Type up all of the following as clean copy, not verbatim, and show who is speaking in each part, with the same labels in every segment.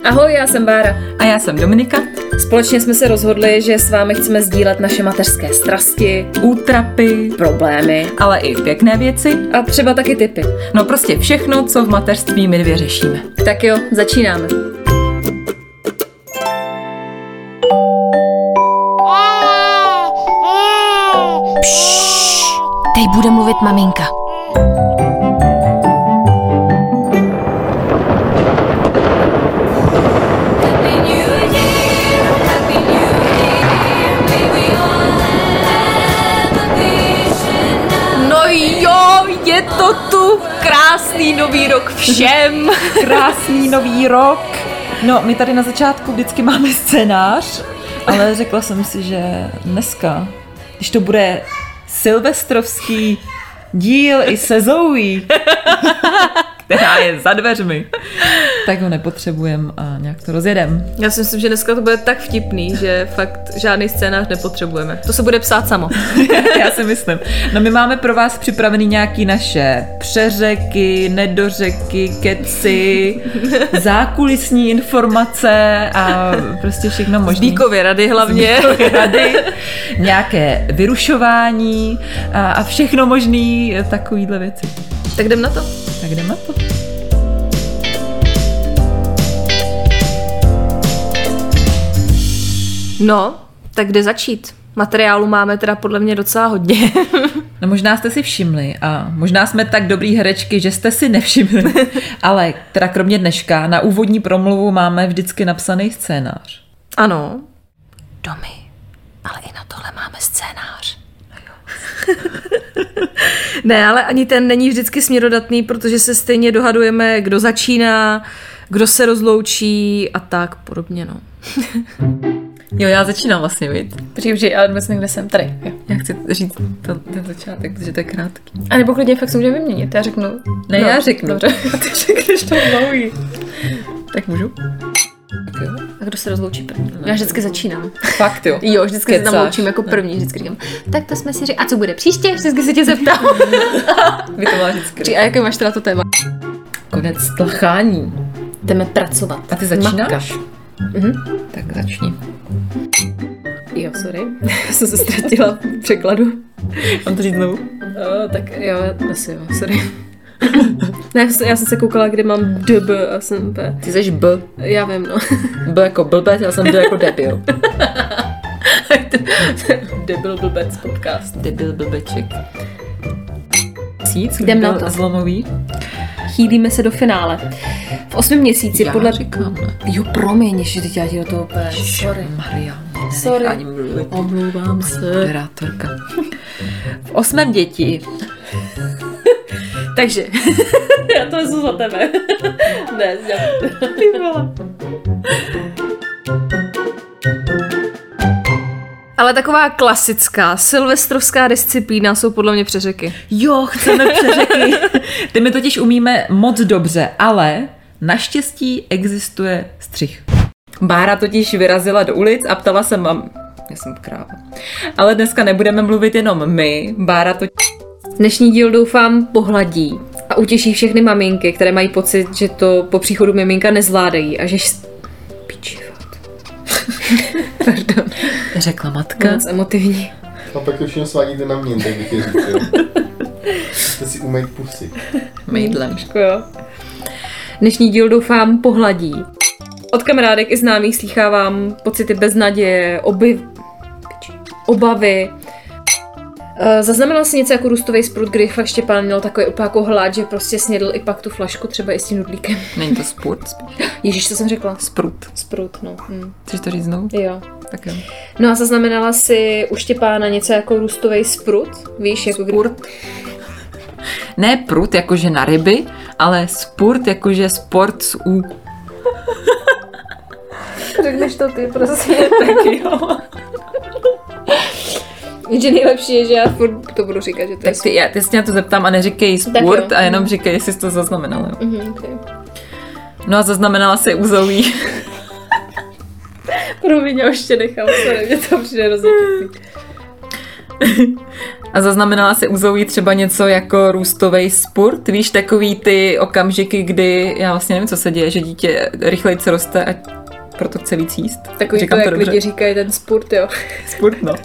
Speaker 1: Ahoj, já jsem Bára.
Speaker 2: A já jsem Dominika.
Speaker 1: Společně jsme se rozhodli, že s vámi chceme sdílet naše mateřské strasti,
Speaker 2: útrapy,
Speaker 1: problémy,
Speaker 2: ale i pěkné věci.
Speaker 1: A třeba taky tipy.
Speaker 2: No prostě všechno, co v mateřství my dvě řešíme.
Speaker 1: Tak jo, začínáme.
Speaker 3: Teď bude mluvit maminka.
Speaker 1: No jo, je to tu. Krásný nový rok všem.
Speaker 2: Krásný nový rok. No, my tady na začátku vždycky máme scénář, ale řekla jsem si, že dneska, když to bude silvestrovský díl i se Zoe, která je za dveřmi, tak ho nepotřebujeme a nějak to rozjedem.
Speaker 1: Já si myslím, že dneska to bude tak vtipný, že fakt žádný scénář nepotřebujeme. To se bude psát samo.
Speaker 2: Já si myslím. No my máme pro vás připravený nějaký naše přeřeky, nedořeky, keci, zákulisní informace a prostě všechno možné.
Speaker 1: Zbíkově rady hlavně.
Speaker 2: Zbíkově rady, nějaké vyrušování a všechno možný takovýhle věci.
Speaker 1: Tak jdem na to.
Speaker 2: Tak jdem na to.
Speaker 1: No, tak kde začít? Materiálu máme teda podle mě docela hodně.
Speaker 2: No možná jste si všimli a možná jsme tak dobrý herečky, že jste si nevšimli, ale teda kromě dneška na úvodní promluvu máme vždycky napsaný scénář.
Speaker 1: Ano.
Speaker 3: Domy, ale i na tohle máme scénář.
Speaker 1: Ne, ale ani ten není vždycky směrodatný, protože se stejně dohadujeme, kdo začíná, kdo se rozloučí a tak podobně, no.
Speaker 2: Jo, já začínám vlastně, viď?
Speaker 1: Protože já vůbec někde jsem tady. Jo.
Speaker 2: Já chci říct ten začátek, protože to je krátký.
Speaker 1: A nebo klidně fakt se můžeme vyměnit, já řeknu.
Speaker 2: Ne,
Speaker 1: no,
Speaker 2: já řeknu.
Speaker 1: Dobře, ty řekneš to dlouhý.
Speaker 2: Tak můžu? Tak jo.
Speaker 1: A kdo se rozloučí první? Já vždycky začínám.
Speaker 2: Fakt jo.
Speaker 1: Jo, vždycky se tam loučím jako první, vždycky říkám. Tak to jsme si řekli, a co bude příště? Vždycky se tě zeptám.
Speaker 2: Vy to máš vždycky.
Speaker 1: A jaké máš teda to téma?
Speaker 2: Konec tlachání.
Speaker 1: Jdeme pracovat.
Speaker 2: A ty začínáš?
Speaker 1: Mhm.
Speaker 2: Tak začni.
Speaker 1: Jo, sorry. Já jsem se ztratila v překladu.
Speaker 2: Mám to říct znovu?
Speaker 1: Tak jo, asi jo, sorry. Ne, já jsem se koukala, kde mám DB a jsem B.
Speaker 2: Ty jsi B.
Speaker 1: Já vím, no.
Speaker 2: B jako blbec, já jsem B jako debil.
Speaker 1: Debil blbec podcast.
Speaker 2: Debil blbeček.
Speaker 1: Jdem na to.
Speaker 2: Zlomový.
Speaker 1: Chýlíme se do finále. V 8. měsíci
Speaker 2: Já
Speaker 1: podle...
Speaker 2: říkám, ne?
Speaker 1: Jo, promiň, že teď já ti do toho úplně... Sorry.
Speaker 2: Maria,
Speaker 1: Sorry.
Speaker 2: ani mluvit.
Speaker 1: Omlouvám se.
Speaker 2: Moderátorka. V 8. děti.
Speaker 1: Takže, já to vezmu za tebe. Ne, ty vole. Ale taková klasická silvestrovská disciplína jsou podle mě přeřeky.
Speaker 2: Jo, chceme přeřeky. Ty my totiž umíme moc dobře, ale naštěstí existuje střih. Bára totiž vyrazila do ulic a ptala se mám... Já jsem kráva. Ale dneska nebudeme mluvit jenom my. Bára to...
Speaker 1: Dnešní díl doufám pohladí a utěší všechny maminky, které mají pocit, že to po příchodu miminka nezvládají a že... Pičivat. Pardon.
Speaker 2: Řekla matka.
Speaker 1: Moc emotivní.
Speaker 4: A pak to všechno svádíte na mě, tak bych je říkal. Jste si umýt pusy.
Speaker 2: Mejdlem.
Speaker 1: Jo. Dnešní díl doufám pohladí. Od kamarádek i známých slýchávám pocity beznaděje, obavy. Zaznamenal si něco jako růstový sprut, kdy fakt Štěpán měl takový úplně jako hlad, že prostě snědl i pak tu flašku, třeba i s tím nudlíkem.
Speaker 2: Není to spurt spíš?
Speaker 1: Ježíš, co jsem řekla?
Speaker 2: Sprut.
Speaker 1: Sprut, no.
Speaker 2: Chceš to říct znovu?
Speaker 1: Jo.
Speaker 2: Tak jo.
Speaker 1: No a zaznamenala si u Štěpána něco jako růstový sprut? Víš, jako
Speaker 2: Spurt. Ne prut, jakože na ryby, ale spurt, jakože sport s U.
Speaker 1: Řekneš to ty, prosím.
Speaker 2: Tak jo.
Speaker 1: Jenže nejlepší je, že já furt to budu říkat, že to
Speaker 2: Tak
Speaker 1: je
Speaker 2: já se na to zeptám a neříkej sport a jenom říkej, jestli jsi to zaznamenala.
Speaker 1: okay.
Speaker 2: No a zaznamenala se u Zoe.
Speaker 1: Promiň, já už tě nechám, sorry, mě to přijde hrozně pěkný.
Speaker 2: A zaznamenala si u Zoe třeba něco jako růstovej spurt? Víš, takový ty okamžiky, kdy, já vlastně nevím, co se děje, že dítě rychleji roste a proto chce víc jíst.
Speaker 1: Takový
Speaker 2: Říkám
Speaker 1: to,
Speaker 2: to
Speaker 1: jak
Speaker 2: dobře?
Speaker 1: lidi říkají, ten spurt, jo.
Speaker 2: Spurt, no.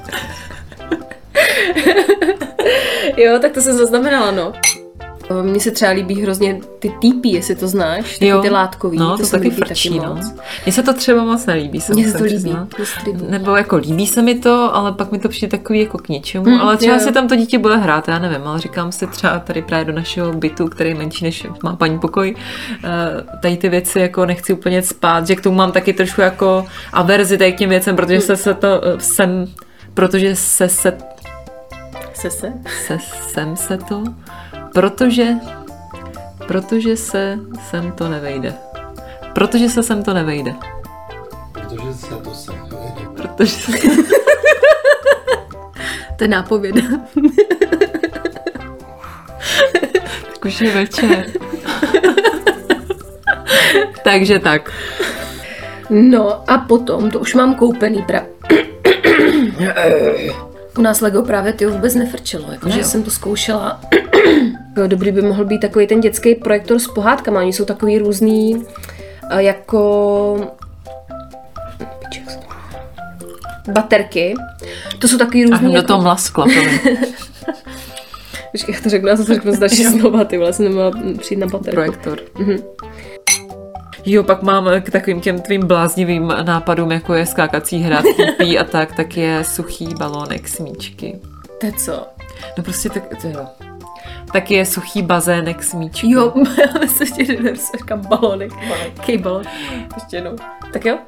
Speaker 1: Jo, tak to jsem zaznamenala, no. Mně se třeba líbí hrozně ty týpí, jestli to znáš, taky ty látkový.
Speaker 2: No, to
Speaker 1: se mi
Speaker 2: taky
Speaker 1: líbí
Speaker 2: frčí,
Speaker 1: taky
Speaker 2: no.
Speaker 1: moc.
Speaker 2: Mně se to třeba moc nelíbí.
Speaker 1: Mně se to líbí.
Speaker 2: Nebo jako líbí se mi to, ale pak mi to přijde takový jako k ničemu. Ale třeba si tam to dítě bude hrát, já nevím, ale říkám si třeba tady právě do našeho bytu, který je menší než má paní pokoj, tady ty věci jako nechci úplně spát, že k tomu mám taky trošku jako averzi tady k těm věcem, protože protože se sem to nevejde. Protože se sem to nevejde.
Speaker 4: Protože se to sem nevejde.
Speaker 2: Protože se...
Speaker 1: To je nápověda.
Speaker 2: Tak už je večer. Takže tak.
Speaker 1: No a potom, to už mám koupený U nás Lego právě ty vůbec nefrčelo, jakože jsem to zkoušela. Dobrý by mohl být takový ten dětský projektor s pohádkama, oni jsou takový různý, jako... baterky. To jsou takový různý...
Speaker 2: do toho mlaskla.
Speaker 1: Počkej, já to řeknu, já to řeknu zdačí znova, ty vole, jsem nemohla přijít na baterku.
Speaker 2: Projektor. Jo, pak mám k takovým těm tvým bláznivým nápadům, jako je skákací hrad, týpí a tak je suchý balónek smíčky.
Speaker 1: To je co?
Speaker 2: No prostě tak je suchý bazének smíčky.
Speaker 1: Jo, já myslím, že říkám balónek. Jaký balón? Ještě jednou. Tak jo?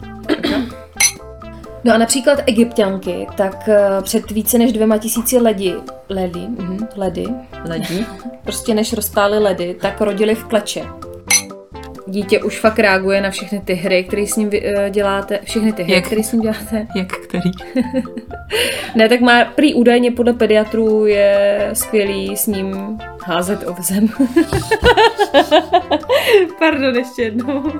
Speaker 1: No a například Egypťanky, tak před více než 2000 ledy, prostě než roztály ledy, tak rodili v kleče. Dítě už fakt reaguje na všechny ty hry, které s ním děláte. Které s ním děláte.
Speaker 2: Jak který?
Speaker 1: Ne, tak má prý údajně podle pediatrů je skvělý s ním házet o zem. Pardon, ještě jednou.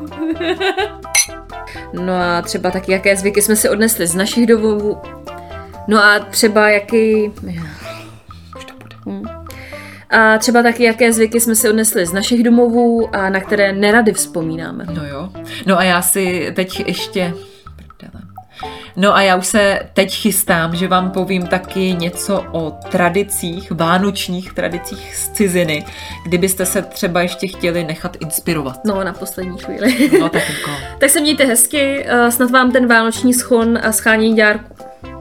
Speaker 1: No a třeba taky, jaké zvyky jsme si odnesli z našich domovů. No a třeba jaký... Už to bude. A třeba taky, jaké zvyky jsme si odnesli z našich domovů a na které nerady vzpomínáme.
Speaker 2: No jo. No a já si teď ještě... No a já už se teď chystám, že vám povím taky něco o tradicích, vánočních tradicích z ciziny, kdybyste se třeba ještě chtěli nechat inspirovat.
Speaker 1: No, na poslední chvíli.
Speaker 2: No, tak jako.
Speaker 1: Tak se mějte hezky, snad vám ten vánoční schon a schánění dárků...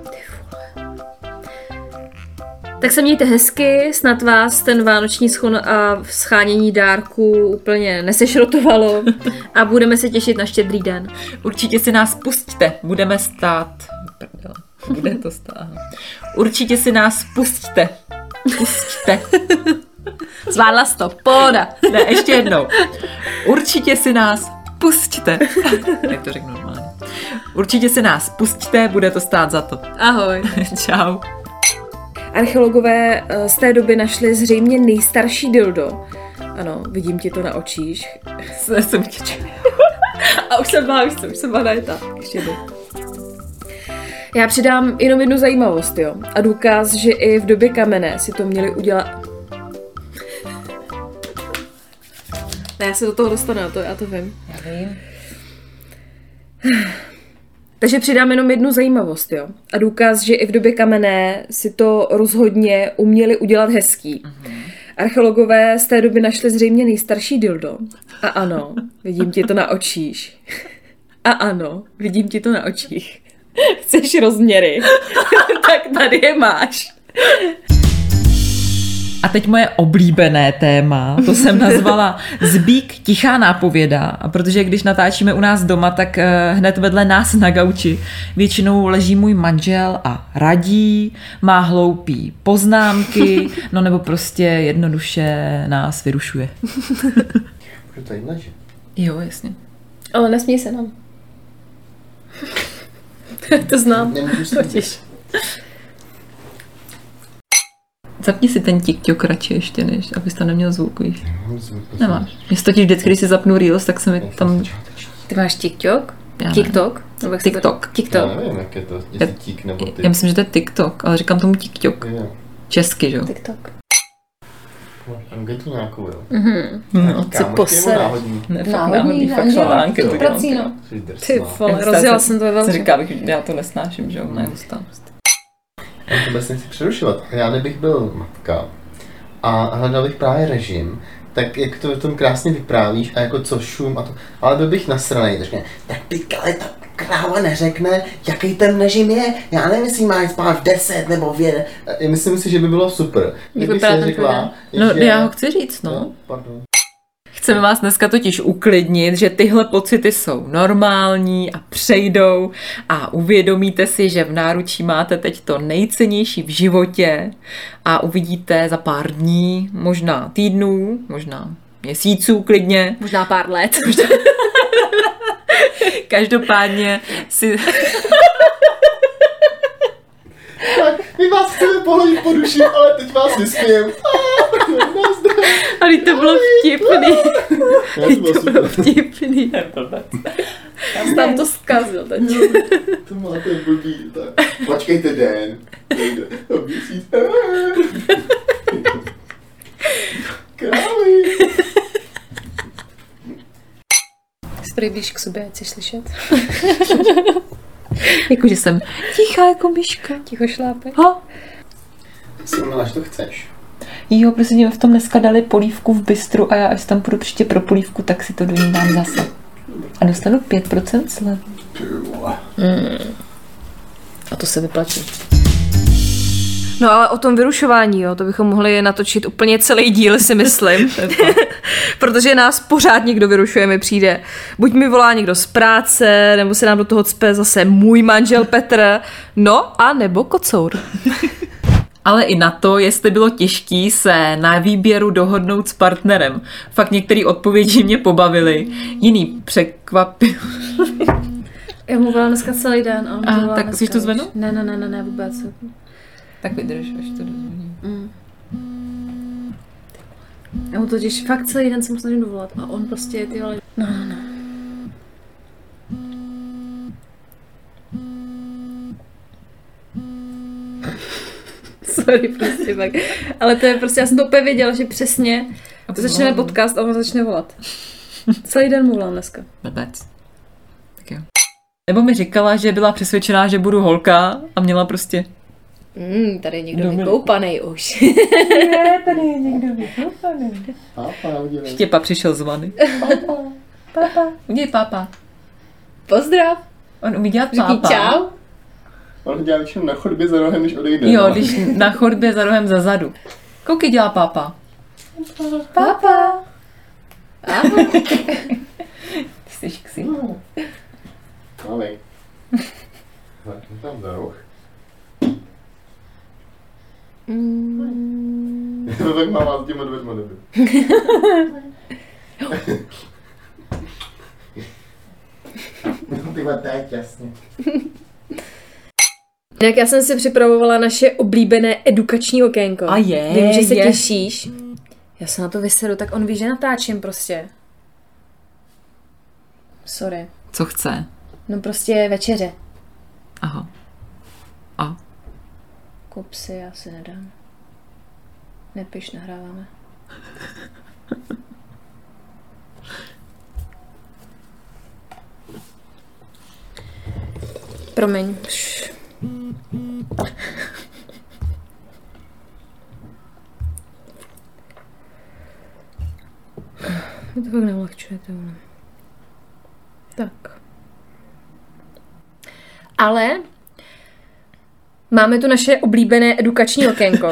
Speaker 1: Tak se mějte hezky, snad vás ten vánoční schon a schánění dárků úplně nesešrotovalo a budeme se těšit na Štědrý den.
Speaker 2: Určitě si nás pusťte, budeme stát. Bude to stát. Určitě si nás pusťte. Pusťte.
Speaker 1: Zvládla jsi to, pohoda.
Speaker 2: Ne, ještě jednou. Určitě si nás pusťte. Jak to řeknu normálně? Určitě si nás pusťte, bude to stát za to.
Speaker 1: Ahoj.
Speaker 2: Čau.
Speaker 1: Archeologové z té doby našli zřejmě nejstarší dildo. Ano, vidím ti to na očích.
Speaker 2: Jsem tě.
Speaker 1: A už jsem byla najetá. Ještě jednou. Já přidám jenom jednu zajímavost, jo. A důkaz, že i v době kamenné si to měli udělat... Ne, já se do toho dostanu, já to vím.
Speaker 2: Já vím.
Speaker 1: Takže přidám jenom jednu zajímavost, jo. A důkaz, že i v době kamenné si to rozhodně uměli udělat hezký. Archeologové z té doby našli zřejmě nejstarší dildo. A ano, vidím ti to na očích. A ano, vidím ti to na očích. Chceš rozměry? Tak tady je máš.
Speaker 2: A teď moje oblíbené téma, to jsem nazvala Zbík tichá nápověda. A protože když natáčíme u nás doma, tak hned vedle nás na gauči většinou leží můj manžel a radí, má hloupý poznámky, no nebo prostě jednoduše nás vyrušuje.
Speaker 4: Můžu tady ležet?
Speaker 2: Jo, jasně.
Speaker 1: Ale nesměj se nám. To znám.
Speaker 4: Nemůžu se.
Speaker 2: Zapni si ten TikTok radši ještě, než abys tam neměl zvuk, víš.
Speaker 4: Zvuk,
Speaker 2: Nemáš. Mě se totiž vždycky, když si zapnu Reels, tak se mi tam...
Speaker 1: Ty máš TikTok?
Speaker 2: Já
Speaker 1: TikTok? Nebo
Speaker 2: TikTok.
Speaker 4: Já
Speaker 1: TikTok.
Speaker 4: nevím, jak je to, jestli tík nebo ty.
Speaker 2: Já myslím, že to je TikTok, ale říkám tomu TikTok.
Speaker 4: Jo.
Speaker 2: Česky, že jo?
Speaker 1: TikTok.
Speaker 4: Anketu nějakou, jo.
Speaker 1: Si posere. Náhodní,
Speaker 2: fakt šla anketu.
Speaker 1: Prací, no. Ty vole, rozjela jsem to ve velké.
Speaker 2: Říká, já to nesnáším, že jo, na jeho stálost.
Speaker 4: Já to vůbec nechci přerušovat. Já kdybych byl matka a hledal bych právě režim, tak jak to v tom krásně vyprávíš a jako co šum a to, ale byl bych nasranej, tak pikale, ta kráva neřekne, jaký ten režim je, já nevím, jestli máš spát v 10 nebo v 1. Myslím si, že by bylo super. Kdyby si řekla,
Speaker 2: no,
Speaker 4: že...
Speaker 2: já ho chci říct, no.
Speaker 4: Pardon.
Speaker 2: Chceme vás dneska totiž uklidnit, že tyhle pocity jsou normální a přejdou a uvědomíte si, že v náručí máte teď to nejcennější v životě a uvidíte za pár dní, možná týdnů, možná měsíců klidně.
Speaker 1: Možná pár let.
Speaker 2: Každopádně si...
Speaker 4: Tak, my vás chceme pohodit po duši, ale teď vás nesmějem.
Speaker 2: Ale to bylo vtipný.
Speaker 4: To bylo
Speaker 2: vtipný.
Speaker 1: Já jsem tam to zkazil teď.
Speaker 4: To máte blbý, tak. Počkejte den. To měsíc. Králi.
Speaker 1: Sprý blíž k sobě, ať chceš slyšet.
Speaker 2: Jakože jsem tichá jako myška.
Speaker 1: Ticho šlápek.
Speaker 4: Si uměla, že to chceš.
Speaker 2: Jo, prostě v tom dneska dali polívku v bistru a já až tam půjdu příště pro polívku, tak si to do ní dám zase. A dostanu 5% slev.
Speaker 1: A to se vyplatí. No ale o tom vyrušování, jo, to bychom mohli natočit úplně celý díl, si myslím. Protože nás pořád někdo vyrušuje, mi přijde. Buď mi volá někdo z práce, nebo se nám do toho cpe zase můj manžel Petr, no a nebo kocour.
Speaker 2: Ale i na to, jestli bylo těžký se na výběru dohodnout s partnerem. Fakt některé odpovědi mě pobavily, jiný překvapil.
Speaker 1: Já mu volám dneska celý den.
Speaker 2: A tak chceš to zvednout?
Speaker 1: Ne, vůbec.
Speaker 2: Tak vydrž, až to dozvoní.
Speaker 1: Já mu totiž fakt celý den se mu snažím dovolat a on prostě ty vole... No. Sorry, prostě tak. Ale to je prostě, já jsem to úplně věděla, že přesně začneme podcast a on začne volat. Celý den mu volám dneska.
Speaker 2: Vůbec. Tak jo. Nebo mi říkala, že byla přesvědčená, že budu holka a měla prostě...
Speaker 1: Tady je někdo vykoupanej už.
Speaker 2: Ne, tady je někdo vykoupanej. Štěpa přišel z vany. Papa. Udělej pápa.
Speaker 1: Pozdrav.
Speaker 2: On umí dělat pápa.
Speaker 1: Čau.
Speaker 4: On dělá většinou na chodbě za rohem, než odejde.
Speaker 2: Jo, když na chodbě za rohem za zadu. Koukej, dělá pápa.
Speaker 1: Pápa. Ahoj.
Speaker 2: Ty jsi ksy.
Speaker 4: Malej. Tam za roh. To tak má vás těma dveřma nebyl. Tyhle teď, jasně.
Speaker 1: Tak já jsem si připravovala naše oblíbené edukační okénko.
Speaker 2: A je.
Speaker 1: Vím, že se těšíš. Já se na to vyseru, tak on ví, že natáčím prostě. Sorry.
Speaker 2: Co chce?
Speaker 1: No prostě večeře.
Speaker 2: Aha. A?
Speaker 1: Kup si, já si nedám. Nepiš, nahráváme. Promiň. To fakt neulehčuje, to. Tak. Ale máme tu naše oblíbené edukační okénko.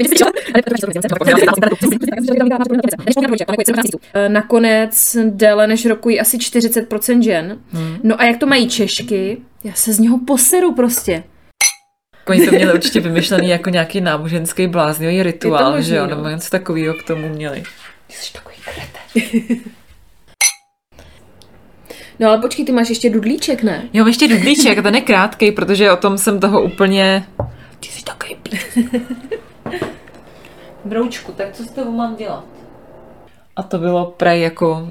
Speaker 1: Nakonec déle než rokují asi 40% žen. No a jak to mají Češky, já se z něho poseru prostě.
Speaker 2: Oni to měli určitě vymyšlený jako nějaký náboženský bláznivý rituál, možný, že jo? Nebo něco takového k tomu měli.
Speaker 1: Ty jsi takový krete. No ale počkej, ty máš ještě dudlíček, ne?
Speaker 2: Jo, mám ještě dudlíček, ten je krátkej, protože o tom jsem toho úplně... Ty jsi takový Broučku, tak co s tebou mám dělat? A to bylo prej jako...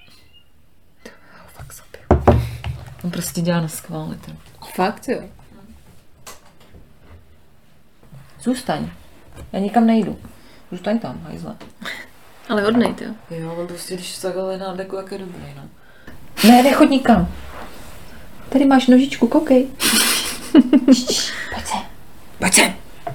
Speaker 1: Fakt zabiju.
Speaker 2: On prostě dělá na schvál.
Speaker 1: Fakt jo.
Speaker 2: Zůstaň. Já nikam nejdu. Zůstaň tam, hajzle.
Speaker 1: Ale hodnej, jo.
Speaker 2: Jo, on prostě, když se takhle na deku, jak je dobrý, no. Ne, nechod nikam. Tady máš nožičku, koukej.
Speaker 3: Pojď sem.
Speaker 2: Pojď sem.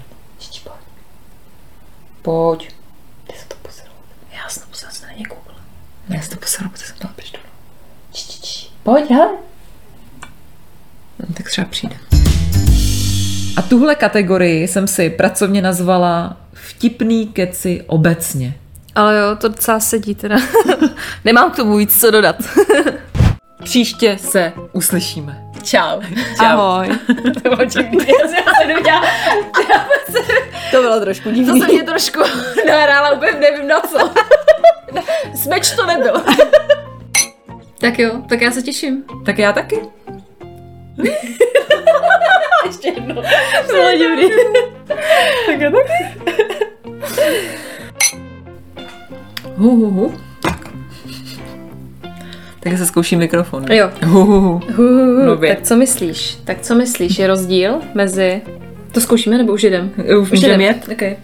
Speaker 2: Pojď.
Speaker 3: Ty jsi to pozeral.
Speaker 1: Já jsem to poslala, se na ně koukla.
Speaker 2: Já jsem to poslala, protože jsem to přišla. Pojď, hele. No, tak třeba přijde. A tuhle kategorii jsem si pracovně nazvala vtipný keci obecně.
Speaker 1: Ale jo, to docela sedí teda. Nemám k tomu víc co dodat.
Speaker 2: Příště se uslyšíme.
Speaker 1: Čau.
Speaker 2: Čau.
Speaker 1: Ahoj. To bylo divný.
Speaker 2: To bylo trošku
Speaker 1: To
Speaker 2: divný.
Speaker 1: se mě trošku nahrála, úplně nevím na co. Smeč to nebyl. Tak jo, tak já se těším.
Speaker 2: Tak já taky.
Speaker 1: Ještě jednou. To bylo divný.
Speaker 2: Tak já taky. Tak já se zkouším mikrofon.
Speaker 1: Jo.
Speaker 2: Nově.
Speaker 1: Tak co myslíš? Je rozdíl mezi... To zkoušíme nebo už jedem?
Speaker 2: Už můžeme jet?
Speaker 1: Okay.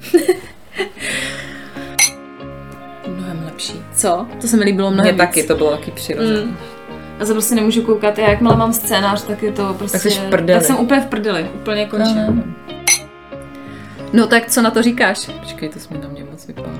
Speaker 1: Mnohem lepší. Co? To se mi líbilo mnohem
Speaker 2: Mně
Speaker 1: víc.
Speaker 2: taky, to bylo taky přirozené.
Speaker 1: Já se prostě nemůžu koukat, jakmile mám scénář, tak je to prostě...
Speaker 2: Tak jsi v prdeli.
Speaker 1: Tak jsem úplně v prdeli, úplně končím. No tak co na to říkáš?
Speaker 2: Počkej, to jsi mi na mě moc vypálil.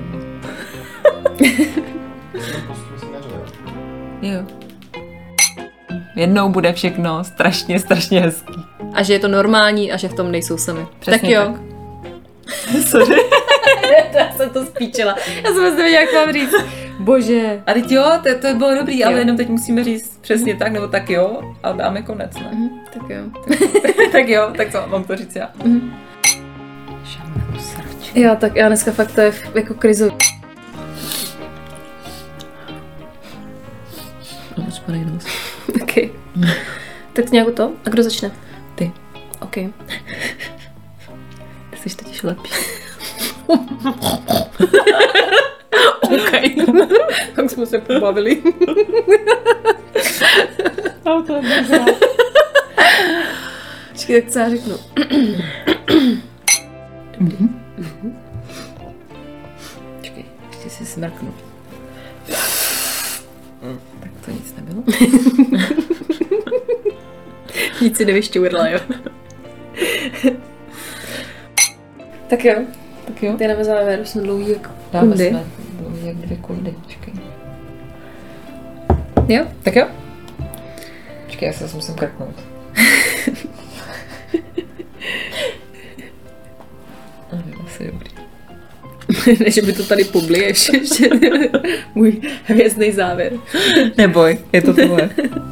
Speaker 2: Jo. Jednou bude všechno strašně, strašně hezký.
Speaker 1: A že je to normální a že v tom nejsou sami.
Speaker 2: Přesně
Speaker 1: tak jo.
Speaker 2: Tak. Sorry.
Speaker 1: Já jsem to spíčila. Já jsem vůbec nevěděla, jak mám říct. Bože.
Speaker 2: A teď jo, to bylo dobrý,
Speaker 1: Jo.
Speaker 2: ale jenom teď musíme říct přesně tak, nebo tak jo, a dáme konec, ne?
Speaker 1: Tak jo.
Speaker 2: Tak jo, tak co, mám to říct já?
Speaker 1: Jo, tak já dneska fakt to je jako krizový.
Speaker 2: No, spadej nos.
Speaker 1: Okay. Tak nějak to? A kdo začne?
Speaker 2: Ty.
Speaker 1: OK.
Speaker 2: Ty jsi totiž lepší.
Speaker 1: OK. Tak jsme se pobavili.
Speaker 2: No, to je dobrá.
Speaker 1: Počkej, tak co já řeknu?
Speaker 2: Počkej, ještě si smrknu. Tak to nic nebylo.
Speaker 1: Nic si nevyšťourla, jo. Tak jo.
Speaker 2: Tak jo.
Speaker 1: Ty na závěr, jsme dlouhý jak
Speaker 2: Dáme
Speaker 1: kundy.
Speaker 2: jsme dlouhý jak 2 kundy. Počkej.
Speaker 1: Jo?
Speaker 2: Tak jo. Počkej, já se musím krknout. Asi dobrý.
Speaker 1: Ne, že by to tady publiješ. Ještě můj hvězdný závěr.
Speaker 2: Neboj, je to tohle.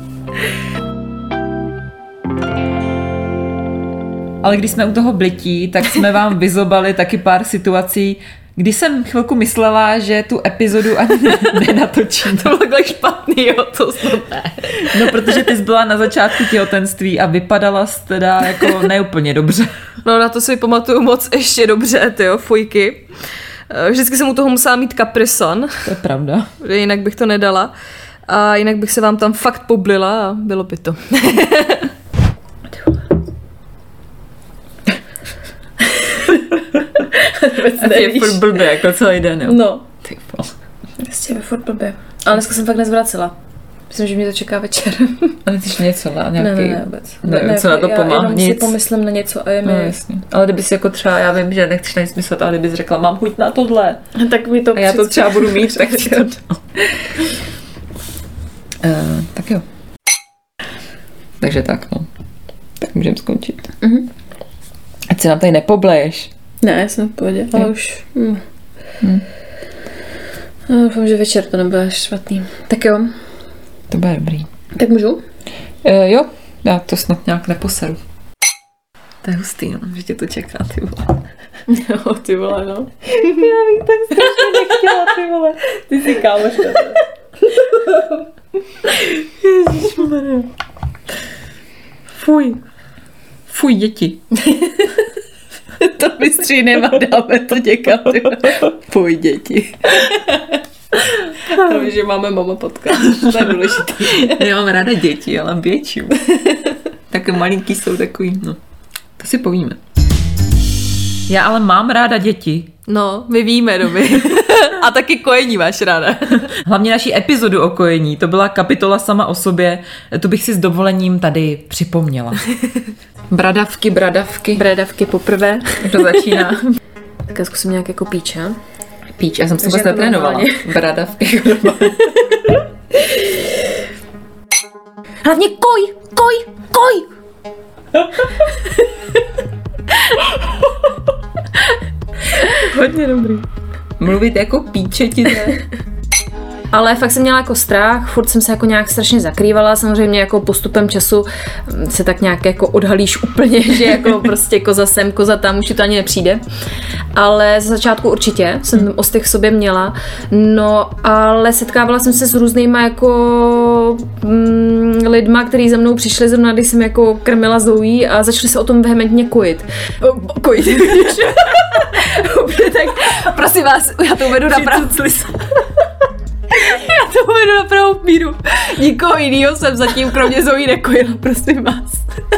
Speaker 2: Ale když jsme u toho blití, tak jsme vám vyzobali taky pár situací, kdy jsem chvilku myslela, že tu epizodu ani nenatočím.
Speaker 1: To bylo takhle špatný, jo, to snad ne.
Speaker 2: No, protože ty jsi byla na začátku těhotenství a vypadala jsi teda jako neúplně dobře.
Speaker 1: No, na to si pamatuju moc ještě dobře, tyjo, fujky. Vždycky jsem u toho musela mít kaprison,
Speaker 2: To je pravda.
Speaker 1: jinak bych to nedala. A jinak bych se vám tam fakt poblila a bylo by to.
Speaker 2: Je furt blbě, jako celý den, jo.
Speaker 1: No.
Speaker 2: Ty vole.
Speaker 1: Prostě je furt blbě. Ale dneska jsem fakt nezvracela. Myslím, že mě to čeká večer.
Speaker 2: Ale ty jsi něco, nějaký...
Speaker 1: Ne, vůbec.
Speaker 2: Nevím, co na to
Speaker 1: já
Speaker 2: pomáhá,
Speaker 1: jenom si
Speaker 2: nic.
Speaker 1: pomyslím na něco a je mi...
Speaker 2: No jasně. Ale kdybys jako třeba, já vím, že nechceš na nic myslet, ale kdybys řekla, mám chuť na tohle.
Speaker 1: Tak mi to
Speaker 2: A já to třeba budu mít, tak ti to dám. Tak jo. Takže tak, no. Tak můžeme skončit.
Speaker 1: Mhm.
Speaker 2: Ať se nám tady nepobleješ.
Speaker 1: Ne, jsem v pohodě, ale už... No, doufám, že večer to nebude špatný. Tak jo.
Speaker 2: To bude dobrý.
Speaker 1: Tak můžu?
Speaker 2: Jo, já to snad nějak neposeru. To je hustý, no, že tě to čeká, ty vole.
Speaker 1: Jo, ty vole, no.
Speaker 2: Já bych tak strašně nechtěla, ty vole. Ty jsi kámoška. Ježišmarja. Fuj. Fuj, děti.
Speaker 1: To vystříneme a dáme to někam.
Speaker 2: Fuj, děti.
Speaker 1: Já vím, že máme mama podcast. To je důležitý.
Speaker 2: Já mám ráda děti, ale větší. Tak malinký jsou takový, no. To si povíme. Já ale mám ráda děti.
Speaker 3: No, my víme, Doby. A taky kojení máš ráda.
Speaker 2: Hlavně naší epizodu o kojení, to byla kapitola sama o sobě, tu bych si s dovolením tady připomněla. Bradavky.
Speaker 3: Bradavky poprvé.
Speaker 2: To začíná.
Speaker 3: Tak já zkusím nějak jako píča.
Speaker 2: Píč, já jsem se vůbec netrénovala. Bradavky.
Speaker 3: Hlavně koj!
Speaker 2: Hodně dobrý. Mluvit jako píčetine.
Speaker 3: Ale fakt jsem měla jako strach, furt jsem se jako nějak strašně zakrývala, samozřejmě jako postupem času se tak nějak jako odhalíš úplně, že jako prostě koza sem, koza tam, už ti to ani nepřijde. Ale za začátku určitě jsem ostych v sobě měla, no ale setkávala jsem se s různýma jako lidma, kteří za mnou přišli zrovna, když jsem jako krmila Zoe a začali se o tom vehementně kojit. Tak prosím vás, já to uvedu na pravou míru. Nikoho jinýho jsem zatím kromě Zoe nekojila, prosím vás.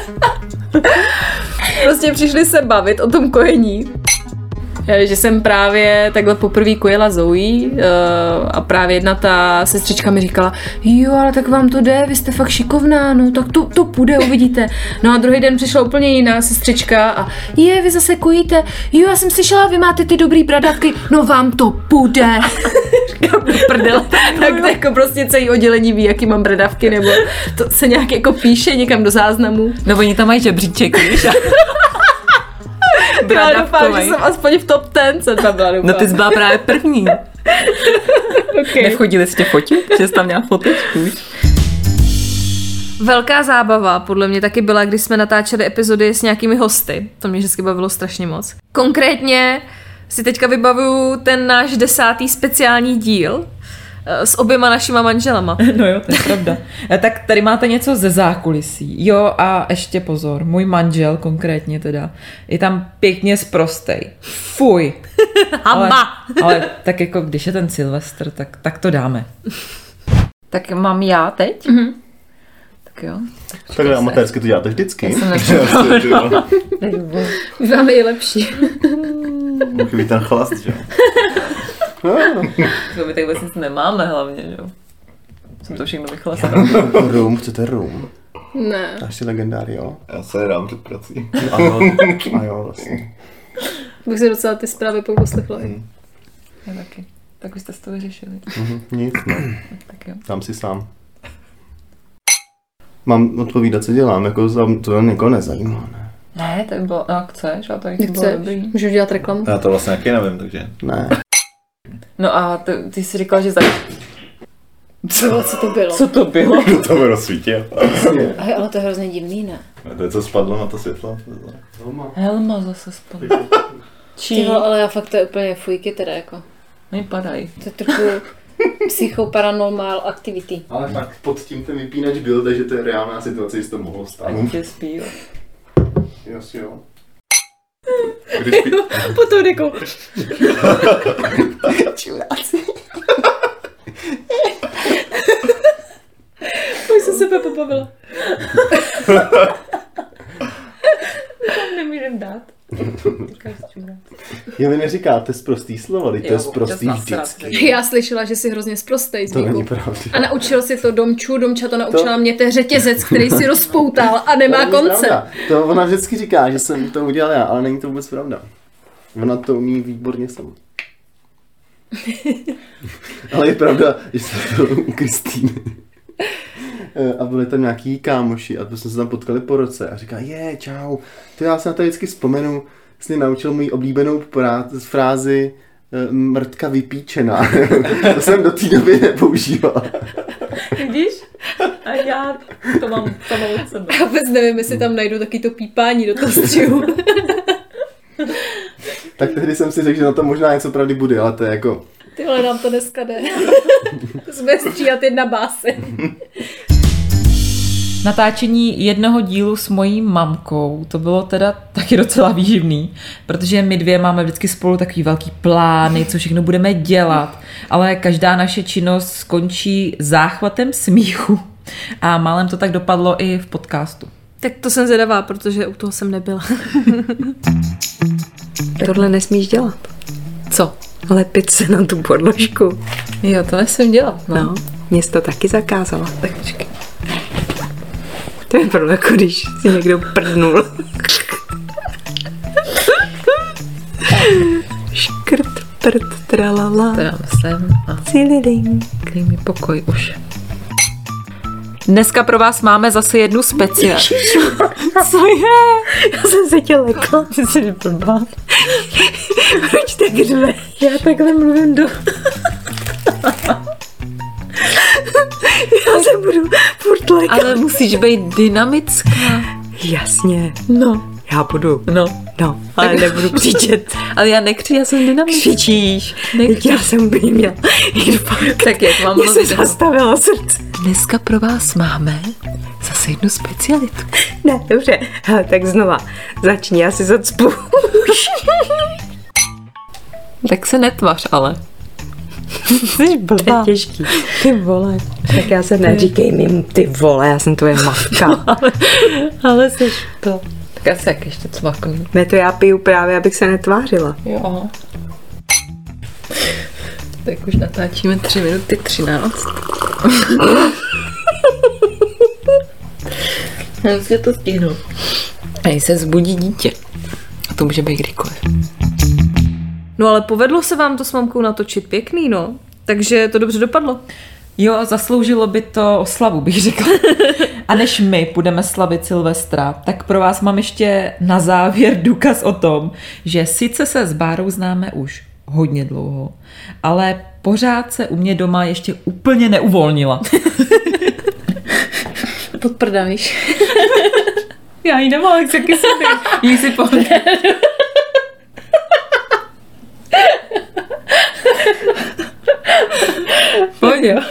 Speaker 3: Prostě přišli se bavit o tom kojení. Že jsem právě takhle poprvé kojila Zoe a právě jedna ta sestřička mi říkala, jo, ale tak vám to jde, vy jste fakt šikovná, no tak to půjde, uvidíte. No a druhý den přišla úplně jiná sestřička a vy zase kojíte, jo, já jsem slyšela, vy máte ty dobrý bradavky, no vám to půjde. Říkám, do prdele. Tak to jako prostě celý oddělení ví, jaký mám bradavky, nebo to se nějak jako píše někam do záznamu.
Speaker 2: No oni tam mají žebříček, víš?
Speaker 3: Já doufám, že jsem aspoň v top 10 se tam byla, doufám.
Speaker 2: No ty jsi byla právě první. Okay. Nechodili jste fotit? Že jsi tam měla fotečku?
Speaker 3: Velká zábava podle mě taky byla, když jsme natáčeli epizody s nějakými hosty. To mě vždycky bavilo strašně moc. Konkrétně si teďka vybavuju ten náš 10. speciální díl s oběma našima manželama.
Speaker 2: No jo, to je pravda. Tak tady máte něco ze zákulisí. Jo a ještě pozor, můj manžel konkrétně teda je tam pěkně sprostej. Fuj. ale tak jako když je ten Silvestr, tak to dáme. Tak mám já teď?
Speaker 3: Mm-hmm.
Speaker 2: Tak jo.
Speaker 4: Takhle amatérsky to děláte vždycky.
Speaker 3: My máme i lepší.
Speaker 4: Může být ten chlast, že jo?
Speaker 2: My tak vlastně nemáme hlavně, že jo? Jsem to všechno vychlastala.
Speaker 4: Rum, chcete rum?
Speaker 3: Ne.
Speaker 4: Dáš si legendáry, jo?
Speaker 5: Já se dám před prací.
Speaker 4: A jo, vlastně.
Speaker 3: Bych si docela ty zprávy poslechla.
Speaker 2: Já taky. Tak už jste to vyřešili.
Speaker 4: Nic, no.
Speaker 2: Tak jo.
Speaker 4: Dám si sám. Mám odpovídat, co dělám, jako to někoho nezajímá, ne?
Speaker 2: Ne, to by bylo, no chceš, a to by bylo dobrý.
Speaker 3: Můžu dělat reklamu?
Speaker 5: Já to vlastně taky nevím, takže...
Speaker 4: Ne.
Speaker 2: No a ty jsi říkala, že
Speaker 3: Co to bylo?
Speaker 2: Co to bylo?
Speaker 5: Kdo to mi rozsvítil?
Speaker 3: Ale to je hrozně divný, ne?
Speaker 5: To je, co spadlo na to světlo.
Speaker 2: Helma zase spadla.
Speaker 3: Ale já fakt to je úplně fujky teda jako.
Speaker 2: Oni padají.
Speaker 3: To je trochu psychoparanormal activity.
Speaker 4: Ale fakt pod tím ten vypínač byl, takže to je reálná situace, že to mohlo stát.
Speaker 2: Ani tě spí.
Speaker 4: Jo.
Speaker 3: Potom jako...
Speaker 4: Čuráci.
Speaker 3: Už jsem se pobavila. Tam nemůžem dát.
Speaker 4: Jo, vy neříkáte sprostý slova, teď to je sprostý vždycky.
Speaker 3: Já slyšela, že jsi hrozně sprostej,
Speaker 4: To není pravda.
Speaker 3: A naučil si to Domča to naučila mě, to je řetězec, který si rozpoutal a nemá konce.
Speaker 4: Pravda. To ona vždycky říká, že jsem to udělal já, ale není to vůbec pravda. Ona to umí výborně sama. Ale je pravda, že jsem byl u Kristýny. A byli tam nějaký kámoši a jsme se tam potkali po roce a říká, čau, to já se na to vždycky vzpomenu, jsi naučil moji oblíbenou frázi mrtka vypíčená. To jsem do té doby nepoužíval.
Speaker 2: Vidíš? A já to mám sama od sebe.
Speaker 3: Já vůbec nevím, jestli tam najdu taky to pípání do toho střihu.
Speaker 4: Tak tehdy jsem si řekl, že na to možná něco pravdy bude, ale to je jako...
Speaker 3: Ty vole, nám to dneska jde. Jsme stříhat jedna báseň.
Speaker 2: Natáčení jednoho dílu s mojí mamkou, to bylo teda taky docela výživný, protože my dvě máme vždycky spolu takový velký plány, co všechno budeme dělat, ale každá naše činnost skončí záchvatem smíchu a málem to tak dopadlo i v podcastu.
Speaker 3: Tak to jsem zvědavá, protože u toho jsem nebyla.
Speaker 6: Tohle nesmíš dělat.
Speaker 3: Co?
Speaker 6: Lepit se na tu podložku.
Speaker 3: Jo, to nesmím dělat, no.
Speaker 6: No, město taky zakázala. Tak počkej. To je pro jako když si někdo prdnul. Škrt, prd, tralala.
Speaker 3: To dám sem a
Speaker 6: Ciliding.
Speaker 3: dej mi pokoj už. Dneska pro vás máme zase jednu speciál. Co je?
Speaker 6: Já jsem se tě lekla.
Speaker 3: Ty jsi blbá.
Speaker 6: Proč tak řve? Já takhle mluvím do... Já se budu furt lekat.
Speaker 3: Ale musíš být dynamická.
Speaker 6: Jasně.
Speaker 3: No.
Speaker 6: Já budu.
Speaker 3: No.
Speaker 6: No, ale nebudu křičet.
Speaker 3: Ale já nekři, já jsem dynamická.
Speaker 6: Křičíš.
Speaker 3: Nekři.
Speaker 6: Já jsem by měla infarkt.
Speaker 3: Tak jak mám
Speaker 6: Mně se
Speaker 3: mluvit?
Speaker 6: zastavila srdce.
Speaker 3: Dneska pro vás máme zase jednu specialitu.
Speaker 6: Ne, dobře. Hele, tak znova. Začni, já si zacpu.
Speaker 3: Tak se netvař, ale. Jsi
Speaker 6: To
Speaker 3: blbá.
Speaker 6: je těžký. Ty vole. Tak já se neříkej mi, ty vole, já jsem tvoje matka.
Speaker 3: Ale jsi to. Tak já se jak ještě cvaknu.
Speaker 6: Ne, to já piju právě, abych se netvářila.
Speaker 3: Jo. Tak už natáčíme 3 minuty 13. Já si to stihnu. A se zbudí dítě. A to může být kdykoliv.
Speaker 1: No ale povedlo se vám to s mamkou natočit pěkný, no. Takže to dobře dopadlo.
Speaker 2: Jo, zasloužilo by to oslavu, bych řekla. A než my budeme slavit Silvestra, tak pro vás mám ještě na závěr důkaz o tom, že sice se s Bárou známe už hodně dlouho, ale pořád se u mě doma ještě úplně neuvolnila.
Speaker 3: Pod prda, víš?
Speaker 2: Já ji nemám, jak se kyslý. Jí si pohledu.
Speaker 3: Pojď, jo.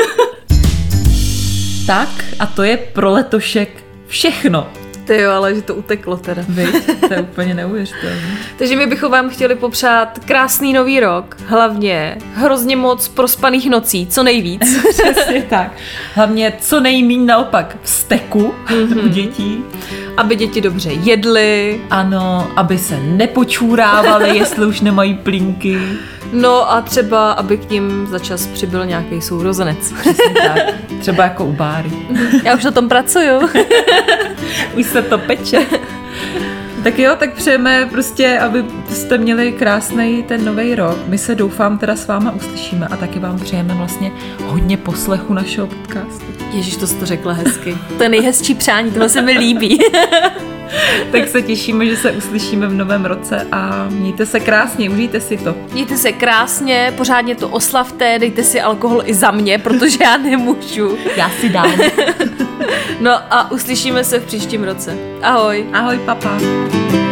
Speaker 2: Tak a to je pro letošek všechno.
Speaker 1: Ty jo, ale že to uteklo teda.
Speaker 2: Viď? To je úplně neuvěřitelné.
Speaker 1: Takže my bychom vám chtěli popřát krásný nový rok. Hlavně hrozně moc prospaných nocí, co nejvíc.
Speaker 2: Přesně tak. Hlavně co nejmíň naopak vzteku u dětí.
Speaker 1: Aby děti dobře jedly.
Speaker 2: Ano, aby se nepočúrávali, jestli už nemají plínky.
Speaker 1: No a třeba, aby k ním za čas přibyl nějaký sourozenec.
Speaker 2: Přesně tak. Třeba jako u Báry.
Speaker 1: Já už na tom pracuju.
Speaker 2: Už se to peče. Tak jo, tak přejeme prostě, aby jste měli krásný ten nový rok. My se doufám teda s váma uslyšíme a taky vám přejeme vlastně hodně poslechu našeho podcastu.
Speaker 1: Ježíš, to jsi to řekla hezky. To je nejhezčí přání, tohle se mi líbí.
Speaker 2: Tak se těšíme, že se uslyšíme v novém roce a mějte se krásně, užijte si to.
Speaker 1: Mějte se krásně, pořádně to oslavte, dejte si alkohol i za mě, protože já nemůžu.
Speaker 2: Já si dám.
Speaker 1: No a uslyšíme se v příštím roce. Ahoj.
Speaker 2: Ahoj, papa.